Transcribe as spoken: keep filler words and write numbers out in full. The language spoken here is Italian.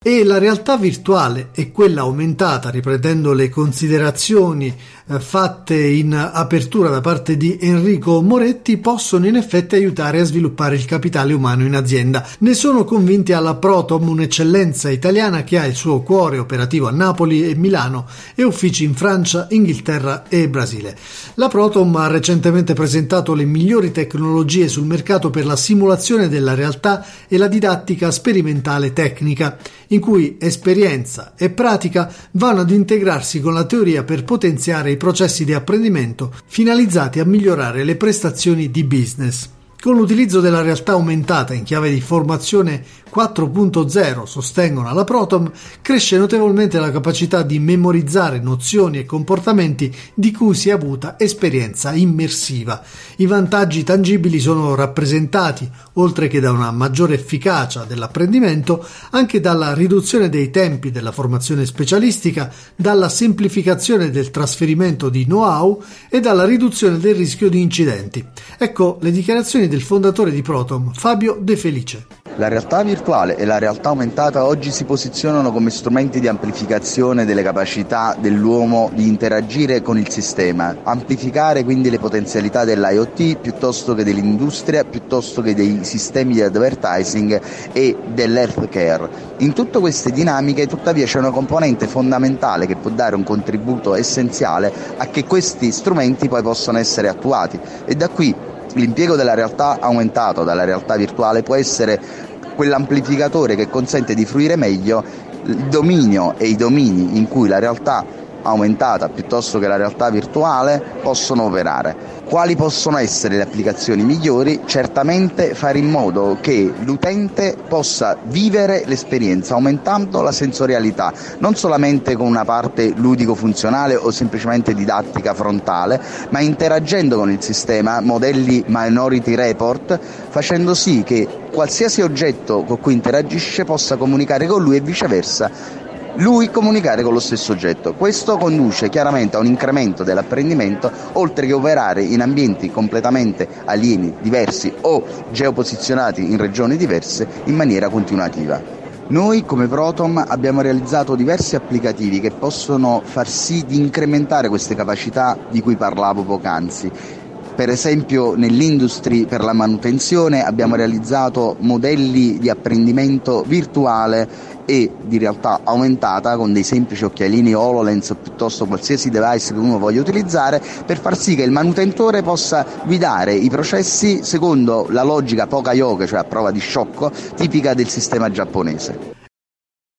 E la realtà virtuale e quella aumentata, riprendendo le considerazioni eh, fatte in apertura da parte di Enrico Moretti, possono in effetti aiutare a sviluppare il capitale umano in azienda. Ne sono convinti alla Protom, un'eccellenza italiana che ha il suo cuore operativo a Napoli e Milano e uffici in Francia, Inghilterra e Brasile. La Protom ha recentemente presentato le migliori tecnologie sul mercato per la simulazione della realtà e la didattica sperimentale tecnica, in cui esperienza e pratica vanno ad integrarsi con la teoria per potenziare i processi di apprendimento finalizzati a migliorare le prestazioni di business. Con l'utilizzo della realtà aumentata in chiave di formazione quattro punto zero, sostengono alla Protom, cresce notevolmente la capacità di memorizzare nozioni e comportamenti di cui si è avuta esperienza immersiva. I vantaggi tangibili sono rappresentati, oltre che da una maggiore efficacia dell'apprendimento, anche dalla riduzione dei tempi della formazione specialistica, dalla semplificazione del trasferimento di know-how e dalla riduzione del rischio di incidenti. Ecco le dichiarazioni del fondatore di Protom, Fabio De Felice. La realtà virtuale e la realtà aumentata oggi si posizionano come strumenti di amplificazione delle capacità dell'uomo di interagire con il sistema, amplificare quindi le potenzialità dell'IoT piuttosto che dell'industria, piuttosto che dei sistemi di advertising e dell'healthcare. In tutte queste dinamiche tuttavia c'è una componente fondamentale che può dare un contributo essenziale a che questi strumenti poi possano essere attuati, e da qui l'impiego della realtà aumentata, dalla realtà virtuale, può essere quell'amplificatore che consente di fruire meglio il dominio e i domini in cui la realtà aumentata piuttosto che la realtà virtuale possono operare. Quali possono essere le applicazioni migliori? Certamente fare in modo che l'utente possa vivere l'esperienza aumentando la sensorialità, non solamente con una parte ludico-funzionale o semplicemente didattica frontale, ma interagendo con il sistema, modelli Minority Report, facendo sì che qualsiasi oggetto con cui interagisce possa comunicare con lui e viceversa lui comunicare con lo stesso oggetto. Questo conduce chiaramente a un incremento dell'apprendimento, oltre che operare in ambienti completamente alieni, diversi o geoposizionati in regioni diverse in maniera continuativa. Noi come Protom abbiamo realizzato diversi applicativi che possono far sì di incrementare queste capacità di cui parlavo poc'anzi. Per esempio nell'industry per la manutenzione abbiamo realizzato modelli di apprendimento virtuale e di realtà aumentata con dei semplici occhialini HoloLens o piuttosto qualsiasi device che uno voglia utilizzare, per far sì che il manutentore possa guidare i processi secondo la logica poka-yoke, cioè a prova di sciocco, tipica del sistema giapponese.